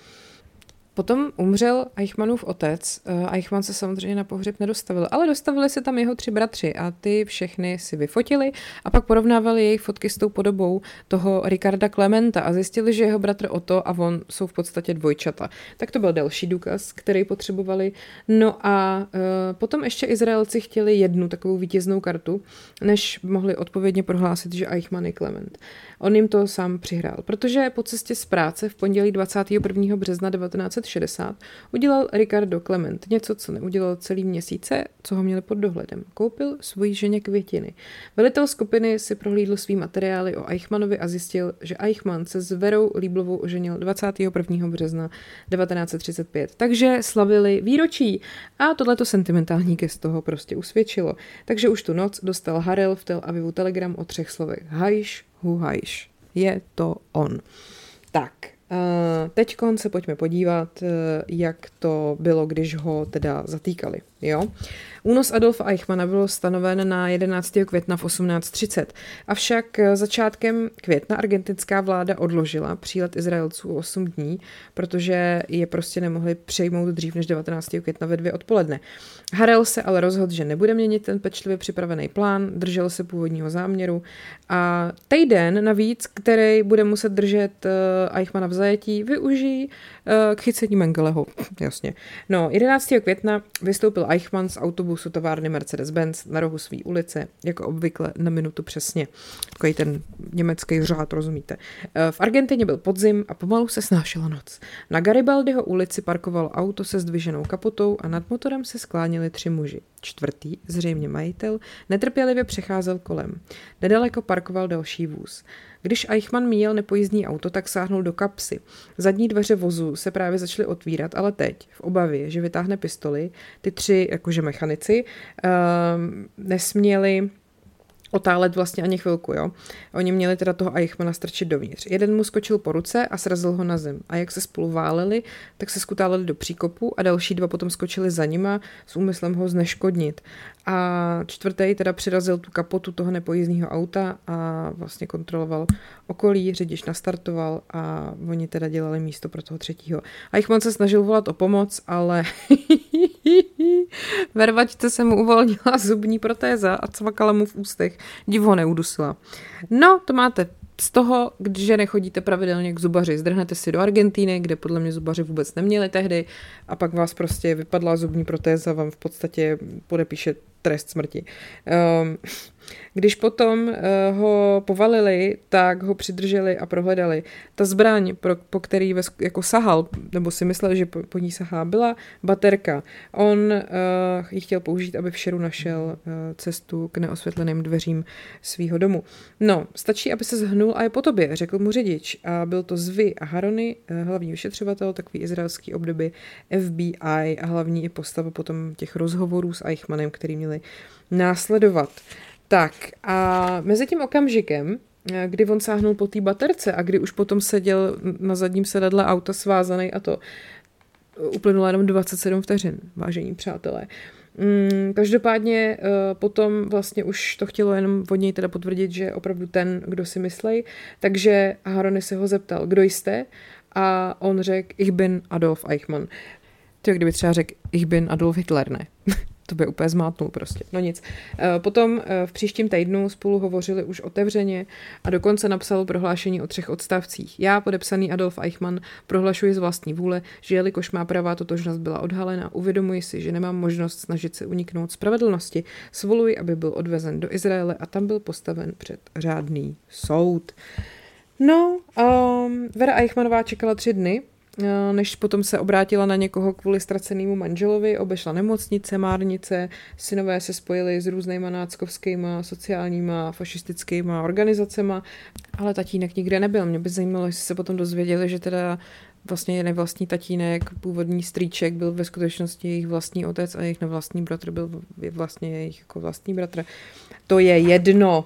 Potom umřel Eichmannův otec. Eichmann se samozřejmě na pohřeb nedostavil, ale dostavili se tam jeho tři bratři a ty všechny si vyfotili a pak porovnávali jejich fotky s tou podobou toho Ricarda Klementa a zjistili, že jeho bratr Otto a on jsou v podstatě dvojčata. Tak to byl další důkaz, který potřebovali. No a uh, potom ještě Izraelci chtěli jednu takovou vítěznou kartu, než mohli odpovědně prohlásit, že Eichmann je Klement. On jim to sám přihrál, protože po cestě z práce v pondělí dvacátého prvního března devatenáct set šedesát udělal Ricardo Clement něco, co neudělal celý měsíce, co ho měli pod dohledem. Koupil svojí ženě květiny. Velitel skupiny si prohlídl svý materiály o Eichmannovi a zjistil, že Eichmann se s Verou Lieblovou oženil dvacátého prvního března devatenáct set třicet pět. Takže slavili výročí a tohleto sentimentální gesto toho prostě usvědčilo. Takže už tu noc dostal Harel v Tel Avivu telegram o třech slovech. Hajš, hu hajš. Je to on. Tak, teď se pojďme podívat, jak to bylo, když ho teda zatýkali. Jo? Únos Adolfa Eichmanna byl stanoven na jedenáctého května v osmnáct třicet, avšak začátkem května argentinská vláda odložila přílet Izraelců o osm dní, protože je prostě nemohli přejmout dřív než devatenáctého května ve dvě odpoledne. Harel se ale rozhodl, že nebude měnit ten pečlivě připravený plán, držel se původního záměru a týden navíc, který bude muset držet Eichmanna v zajetí, využijí k chycení Mengeleho. Jasně. No, jedenáctého května vystoupil Eichmann z autobusu továrny Mercedes-Benz na rohu své ulice, jako obvykle na minutu přesně. Takový ten německý řád, rozumíte. V Argentině byl podzim a pomalu se snášela noc. Na Garibaldiho ulici parkovalo auto se zdviženou kapotou a nad motorem se skláněli tři muži. Čtvrtý, zřejmě majitel, netrpělivě přecházel kolem. Nedaleko parkoval další vůz. Když Eichmann míjel nepojízdní auto, tak sáhnul do kapsy. Zadní dveře vozu se právě začaly otvírat, ale teď, v obavě, že vytáhne pistoli, ty tři, jakože mechanici, uh, nesměli otálet vlastně ani chvilku, jo. Oni měli teda toho Eichmanna strčit dovnitř. Jeden mu skočil po ruce a srazil ho na zem. A jak se spolu váleli, tak se skutáleli do příkopu a další dva potom skočili za nima s úmyslem ho zneškodnit. A čtvrtý teda přirazil tu kapotu toho nepojízdního auta a vlastně kontroloval okolí, řidič nastartoval a oni teda dělali místo pro toho třetího. Eichmann se snažil volat o pomoc, ale ve rvačce se mu uvolnila zubní protéza a cvakala mu v ústech. Div ho neudusila. No, to máte z toho, že nechodíte pravidelně k zubaři. Zdrhnete si do Argentíny, kde podle mě zubaři vůbec neměli tehdy a pak vás prostě vypadla zubní protéza, vám v podstatě podepíše trest smrti. Um, když potom uh, ho povalili, tak ho přidrželi a prohledali. Ta zbraň, pro, po který ve, jako sahal, nebo si myslel, že po, po ní sahá, byla baterka. On uh, ji chtěl použít, aby v šeru našel uh, cestu k neosvětleným dveřím svýho domu. No, stačí, aby se zhnul a je po tobě, řekl mu řidič. A byl to Zvi a Harony, uh, hlavní vyšetřovatel, takový izraelský obdoby F B I a hlavní i postava potom těch rozhovorů s Eichmannem, který měli následovat. Tak a mezi tím okamžikem, kdy on sáhnul po té baterce a kdy už potom seděl na zadním sedadle auta svázaný a to uplynulo jenom dvacet sedm vteřin, vážení přátelé. Mm, každopádně uh, potom vlastně už to chtělo jenom od něj teda potvrdit, že je opravdu ten, kdo si myslej, takže Harony se ho zeptal, kdo jste? A on řekl, ich bin Adolf Eichmann. To kdyby třeba řekl, ich bin Adolf Hitler, ne? To by úplně zmátnul prostě. No nic. Potom v příštím týdnu spolu hovořili už otevřeně a dokonce napsal prohlášení o třech odstavcích. Já, podepsaný Adolf Eichmann, prohlašuji z vlastní vůle, že jelikož má pravá totožnost byla odhalena, uvědomuji si, že nemám možnost snažit se uniknout spravedlnosti, svoluji, aby byl odvezen do Izraele a tam byl postaven před řádný soud. No, um, Vera Eichmannová čekala tři dny, než potom se obrátila na někoho kvůli ztracenému manželovi, obešla nemocnice, márnice, synové se spojili s různýma náckovskýma, sociálníma, fašistickýma organizacema, ale tatínek nikde nebyl. Mě by zajímalo, jestli se potom dozvěděli, že teda vlastně nevlastní tatínek, původní strýček byl ve skutečnosti jejich vlastní otec a jejich nevlastní bratr byl vlastně jejich jako vlastní bratr. To je jedno.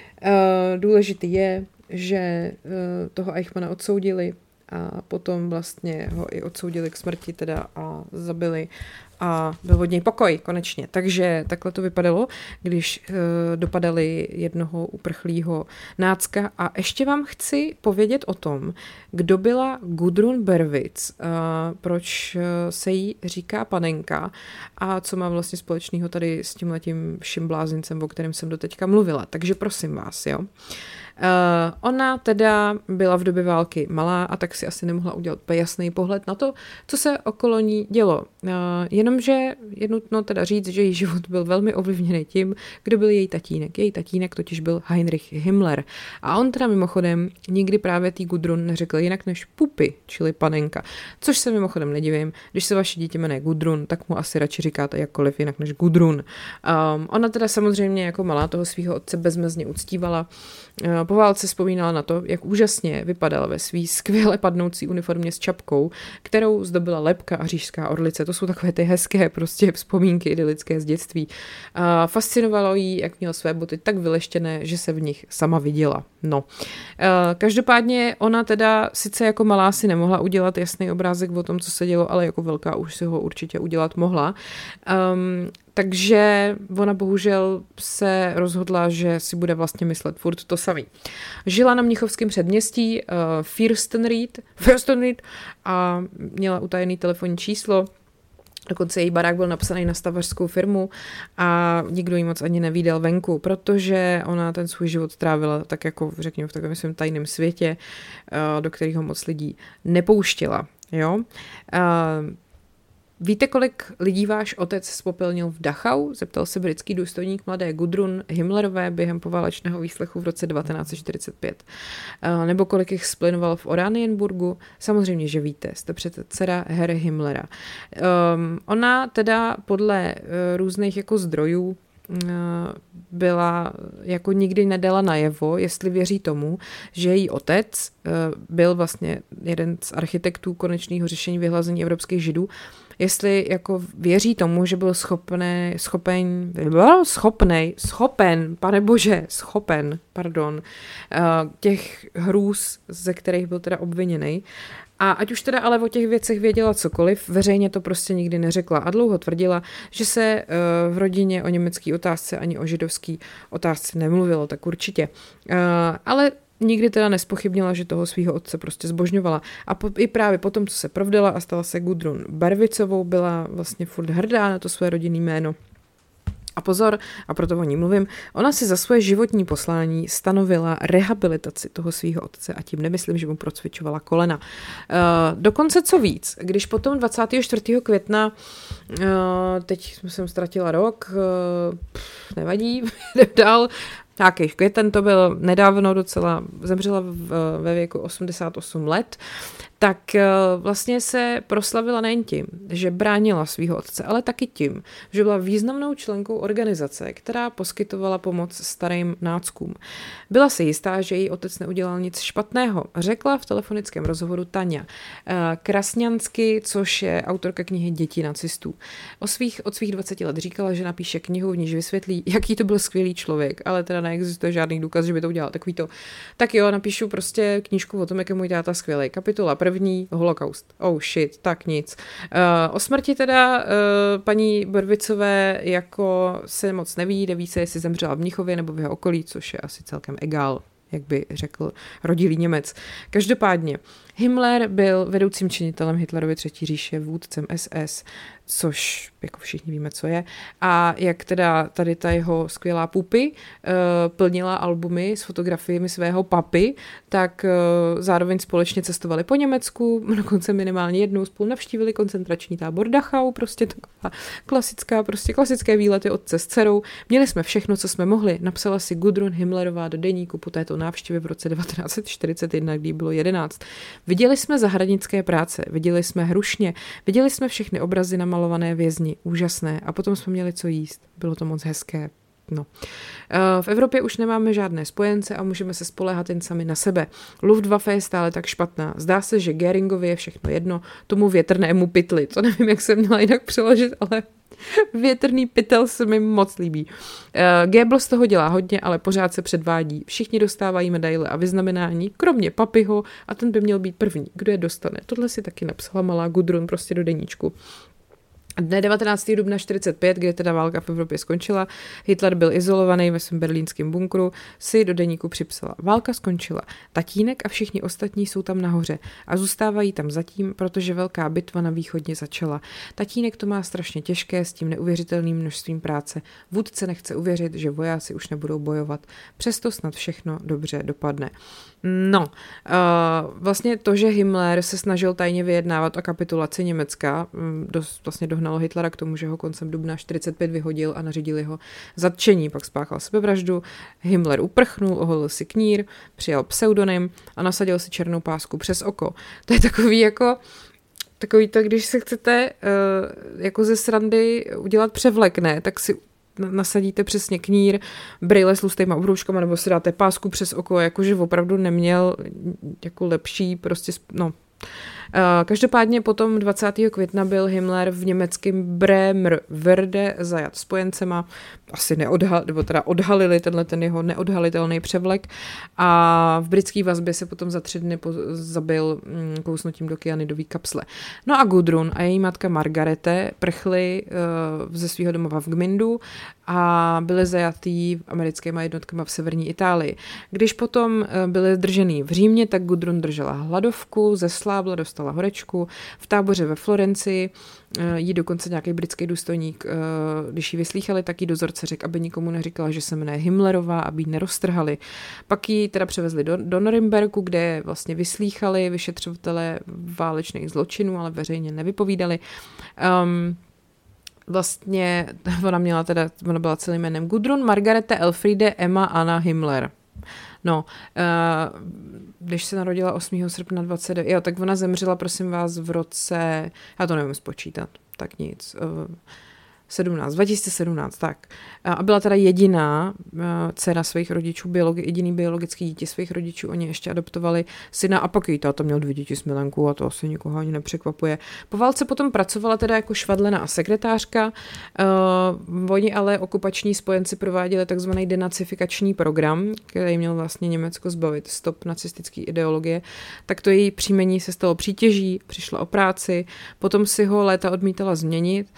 Důležitý je, že toho Eichmanna odsoudili a potom vlastně ho i odsoudili k smrti teda a zabili a byl od něj pokoj konečně. Takže takhle to vypadalo, když uh, dopadali jednoho uprchlýho nácka. A ještě vám chci povědět o tom, kdo byla Gudrun Berwitz, uh, proč se jí říká panenka a co má vlastně společného tady s tímhletím vším blázincem, o kterém jsem doteďka mluvila. Takže prosím vás, jo. Uh, ona teda byla v době války malá a tak si asi nemohla udělat jasný pohled na to, co se okolo ní dělo. Uh, jen jenomže je nutno teda říct, že její život byl velmi ovlivněný tím, kdo byl její tatínek. Její tatínek totiž byl Heinrich Himmler. A on teda mimochodem nikdy právě tý Gudrun neřekl jinak než Pupi, čili panenka. Což se mimochodem nedivím, když se vaše dítě jmenuje Gudrun, tak mu asi radši říkáte jakkoliv jinak než Gudrun. Um, ona teda samozřejmě jako malá toho svého otce bezmezně uctívala. Uh, po válce vzpomínala na to, jak úžasně vypadala ve svý skvěle padnoucí uniformě s čapkou, kterou zdobila lebka a říšská orlice. To jsou takové ty hezké prostě vzpomínky idylické z dětství. Uh, fascinovalo jí, jak měl své boty tak vyleštěné, že se v nich sama viděla. No. Uh, každopádně ona teda sice jako malá si nemohla udělat jasný obrázek o tom, co se dělo, ale jako velká už si ho určitě udělat mohla. Um, takže ona bohužel se rozhodla, že si bude vlastně myslet furt to samý. Žila na Mnichovském předměstí uh, Fürstenried, Fürstenried a měla utajený telefonní číslo. Dokonce její barák byl napsaný na stavařskou firmu a nikdo jí moc ani nevídal venku, protože ona ten svůj život trávila tak jako, řekněme, v takovém svém tajném světě, do kterého moc lidí nepouštěla. Jo? Víte, kolik lidí váš otec spopelnil v Dachau? Zeptal se britský důstojník mladé Gudrun Himmlerové během poválečného výslechu v roce devatenáct set čtyřicet pět. Nebo kolik jich splinoval v Oranienburgu? Samozřejmě, že víte, jste přece dcera Herr Himmlera. Um, ona teda podle uh, různých jako zdrojů byla, jako nikdy nedala najevo, jestli věří tomu, že její otec byl vlastně jeden z architektů konečného řešení vyhlazení evropských židů, jestli jako věří tomu, že byl schopný, schopen, schopnej, schopen, pane bože, schopen, pardon, těch hrůz, ze kterých byl teda obviněný. A ať už teda ale o těch věcech věděla cokoliv, veřejně to prostě nikdy neřekla a dlouho tvrdila, že se uh, v rodině o německé otázce ani o židovské otázce nemluvilo, tak určitě. Uh, ale nikdy teda nespochybnila, že toho svého otce prostě zbožňovala. A po, i právě potom, co se provdala a stala se Gudrun Barvicovou, byla vlastně furt hrdá na to své rodinné jméno. A pozor, a proto o ní mluvím, ona si za svoje životní poslání stanovila rehabilitaci toho svého otce a tím nemyslím, že mu procvičovala kolena. Uh, dokonce co víc, když potom dvacátého čtvrtého května, uh, teď jsem ztratila rok, uh, pff, nevadí, jdem dál, nějaký květen to byl nedávno docela, zemřela v, ve věku osmdesát osm let, tak vlastně se proslavila nejen tím, že bránila svého otce, ale taky tím, že byla významnou členkou organizace, která poskytovala pomoc starým náckům. Byla si jistá, že její otec neudělal nic špatného, řekla v telefonickém rozhovoru Tania Krasňansky, což je autorka knihy Děti nacistů. O svých, od svých dvaceti let říkala, že napíše knihu, v níž vysvětlí, jaký to byl skvělý člověk, ale teda neexistuje žádný důkaz, že by to udělal takový to. Tak jo, napíšu prostě knížku o tom, jak je můj táta skvělý. Kapitola první, holokaust. Oh shit, tak nic. Uh, o smrti teda uh, paní Barvicové jako se moc neví, neví se, jestli zemřela v Mnichově nebo v jeho okolí, což je asi celkem egál, jak by řekl rodilý Němec. Každopádně, Himmler byl vedoucím činitelem Hitlerovy třetí říše, vůdcem S S, což jako všichni víme, co je. A jak teda tady ta jeho skvělá Pupi uh, plnila albumy s fotografiemi svého papy, tak uh, zároveň společně cestovali po Německu, dokonce minimálně jednou spolu navštívili koncentrační tábor Dachau, prostě taková klasická, prostě klasické výlety otce s dcerou. Měli jsme všechno, co jsme mohli. Napsala si Gudrun Himmlerová do deníku po této návštěvě v roce devatenáct set čtyřicet jedna, kdy bylo jedenáct. Viděli jsme zahradnické práce, viděli jsme hrušně, viděli jsme všechny obrazy namalované vězni, úžasné, a potom jsme měli co jíst. Bylo to moc hezké. No. V Evropě už nemáme žádné spojence a můžeme se spoléhat jen sami na sebe. Luftwaffe je stále tak špatná. Zdá se, že Göringovi je všechno jedno, tomu větrnému pytli. To nevím, jak jsem měla jinak přeložit, ale větrný pytel se mi moc líbí. Goebbels toho dělá hodně, ale pořád se předvádí. Všichni dostávají medaile a vyznamenání, kromě papiho, a ten by měl být první. Kdo je dostane? Tohle si taky napsala malá Gudrun prostě do deníčku. Dne devatenáctého dubna čtyřicet pět, kdy teda válka v Evropě skončila, Hitler byl izolovaný ve svém berlínském bunkru, si do deníku připsala: válka skončila, tatínek a všichni ostatní jsou tam nahoře a zůstávají tam zatím, protože velká bitva na východně začala. Tatínek to má strašně těžké s tím neuvěřitelným množstvím práce. Vůdce nechce uvěřit, že vojáci už nebudou bojovat. Přesto snad všechno dobře dopadne. No, uh, vlastně to, že Himmler se snažil tajně vyjednávat o kapitulaci Německa, dost vlastně dohnat dohnalo Hitlera k tomu, že ho koncem dubna čtyřicet pět vyhodil a nařídil jeho zatčení. Pak spáchal sebevraždu, Himmler uprchnul, oholil si knír, přijal pseudonym a nasadil si černou pásku přes oko. To je takový jako takový to, když se chcete uh, jako ze srandy udělat převlek, ne, tak si nasadíte přesně knír, brýle s tlustýma obroučkama, nebo si dáte pásku přes oko, jakože opravdu neměl jako lepší prostě, no. Každopádně potom dvacátého května byl Himmler v německém Bremerwörde zajat spojencema, asi neodhal, nebo teda odhalili tenhle ten jeho neodhalitelný převlek a v britské vazbě se potom za tři dny zabil kousnutím do kyanidové kapsle. No a Gudrun a její matka Margarete prchly uh, ze svého domova v Gmyndu a byly zajatý americkýma jednotkama v severní Itálii. Když potom uh, byly držený v Římě, tak Gudrun držela hladovku, zeslábla, dostala horečku. V táboře ve Florencii jí dokonce nějaký britský důstojník, když ji vyslýchali, tak jí dozorce řekl, aby nikomu neříkala, že se jmenuje Himmlerová, aby ji neroztrhali. Pak ji teda převezli do, do Norimberku, kde vlastně vyslýchali vyšetřovatelé válečných zločinů, ale veřejně nevypovídali. Um, vlastně ona měla teda, ona byla celým jménem Gudrun, Margarete, Elfriede, Emma, Anna Himmler. No, uh, když se narodila osmého srpna dvacet devět, jo, tak ona zemřela, prosím vás, v roce, já to nevím spočítat, tak nic, uh, sedmnáct, dva tisíce sedmnáct, tak. A byla teda jediná uh, dcera svých rodičů, biologi, jediný biologický dítě svých rodičů, oni ještě adoptovali syna a pak jí táta měl dvě děti s Milenkou a to asi nikoho ani nepřekvapuje. Po válce potom pracovala teda jako švadlena a sekretářka, uh, oni ale okupační spojenci prováděli takzvaný denacifikační program, který měl vlastně Německo zbavit stop nacistické ideologie, tak to její příjmení se stalo přítěží, přišla o práci, potom si ho léta odmítala změnit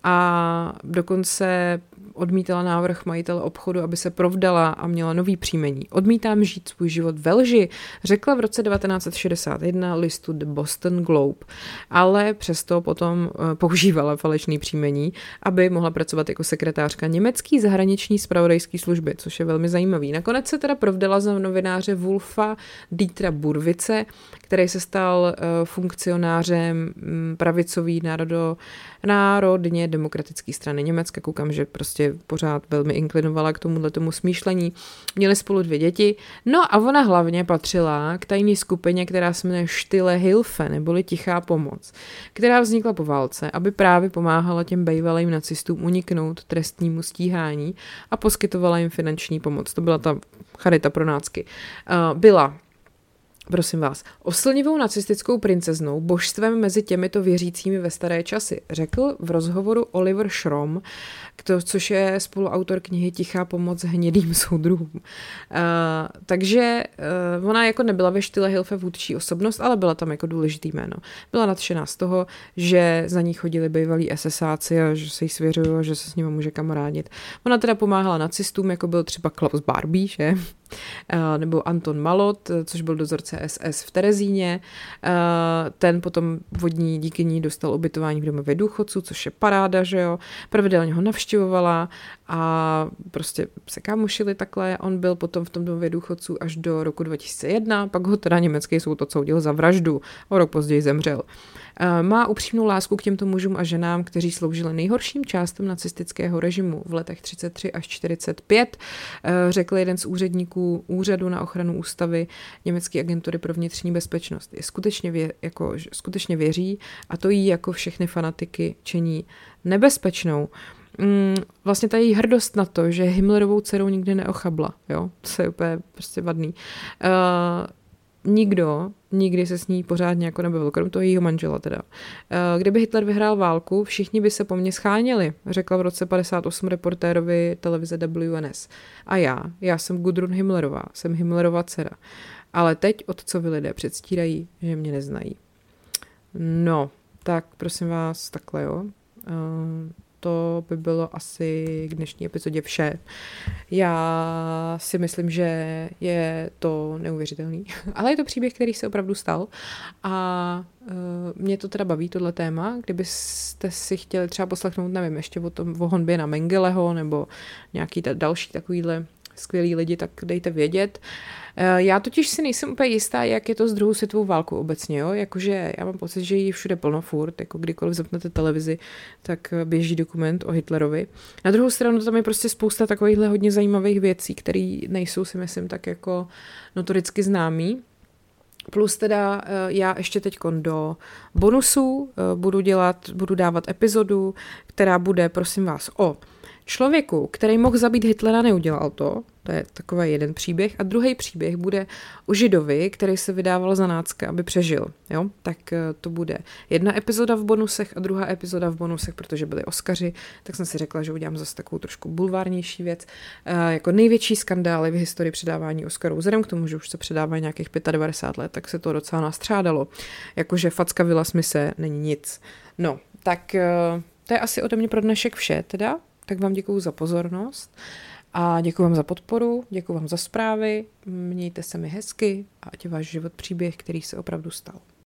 a dokonce odmítala návrh majitele obchodu, aby se provdala a měla nový příjmení. Odmítám žít svůj život ve lži, řekla v roce devatenáct set šedesát jedna listu The Boston Globe, ale přesto potom používala falešný příjmení, aby mohla pracovat jako sekretářka německé zahraniční zpravodajské služby, což je velmi zajímavý. Nakonec se teda provdala za novináře Wolfa Dietera Burwice, který se stal funkcionářem pravicový národo, národně demokratické strany Německa. Koukám, že prostě pořád velmi inklinovala k tomuhle tomu smýšlení. Měli spolu dvě děti. No a ona hlavně patřila k tajné skupině, která se jmenuje Stille Hilfe, neboli Tichá pomoc, která vznikla po válce, aby právě pomáhala těm bývalým nacistům uniknout trestnímu stíhání a poskytovala jim finanční pomoc. To byla ta charita pro nácky. Byla prosím vás, oslnivou nacistickou princeznou, božstvem mezi těmito věřícími ve staré časy, řekl v rozhovoru Oliver Schromm, kdo, což je spoluautor knihy Tichá pomoc hnědým soudruhům. Uh, takže uh, ona jako nebyla ve Stille Hilfe vůdčí osobnost, ale byla tam jako důležitý jméno. Byla nadšená z toho, že za ní chodili bývalí esesáci a že se jí svěřují a že se s nimi může kamarádit. Ona teda pomáhala nacistům, jako byl třeba Klaus Barbie, že? Uh, nebo Anton Malot, což byl dozorce S S v Terezíně. Uh, ten potom vodní díky ní dostal ubytování v domově důchodců, což je paráda, že jo. Pravidelně ho navštěvovala a prostě se kámošili takhle. On byl potom v tom domově důchodců až do roku dva tisíce jedna, pak ho teda německý soud odsoudil za vraždu. O rok později zemřel. Má upřímnou lásku k těmto mužům a ženám, kteří sloužili nejhorším částem nacistického režimu v letech třicet tři až čtyřicet pět, řekl jeden z úředníků Úřadu na ochranu ústavy německé agentury pro vnitřní bezpečnost. Je skutečně, vě, jako, skutečně věří a to jí jako všechny fanatiky činí nebezpečnou. Vlastně ta její hrdost na to, že Himmlerovou dcerou nikdy neochabla, jo, to je úplně prostě vadný. Uh, Nikdo nikdy se s ní pořádně jako nebavil, krom toho jejího manžela teda. Kdyby Hitler vyhrál válku, všichni by se po mně scháněli, řekla v roce padesát osm reportérovi televize W N S. A já, já jsem Gudrun Himmlerová, jsem Himmlerova dcera. Ale teď otcovi lidé předstírají, že mě neznají. No, tak prosím vás, takhle jo. Uh, To by bylo asi k dnešní epizodě vše. Já si myslím, že je to neuvěřitelný, ale je to příběh, který se opravdu stal a uh, mě to teda baví, tohle téma. Kdybyste si chtěli třeba poslechnout, nevím, ještě o tom o honbě na Mengeleho nebo nějaký ta další takovýhle skvělí lidi, tak dejte vědět. Já totiž si nejsem úplně jistá, jak je to s druhou světovou válkou obecně, jo? Jakože já mám pocit, že ji všude plno furt, jako kdykoliv zapnete televizi, tak běží dokument o Hitlerovi. Na druhou stranu tam je prostě spousta takovýchhle hodně zajímavých věcí, které nejsou, si myslím, tak jako notoricky známý. Plus teda já ještě teď do bonusů budu dělat, budu dávat epizodu, která bude, prosím vás, o člověku, který mohl zabít Hitlera, neudělal to. To je takový jeden příběh. A druhý příběh bude o Židovi, který se vydával za nácka, aby přežil. Jo? Tak to bude jedna epizoda v bonusech a druhá epizoda v bonusech, protože byli Oscaři, tak jsem si řekla, že udělám zase takovou trošku bulvárnější věc. E, jako největší skandály v historii předávání Oscarů. Vzhledem k tomu, že už se předává nějakých devadesát pět let, tak se to docela nastřádalo. Jakože facka Willa Smithe není nic. No, tak e, to je asi ode mě pro dnešek vše teda. Tak vám děkuju za pozornost a děkuju vám za podporu, děkuju vám za zprávy, mějte se mi hezky a ať je váš život příběh, který se opravdu stal.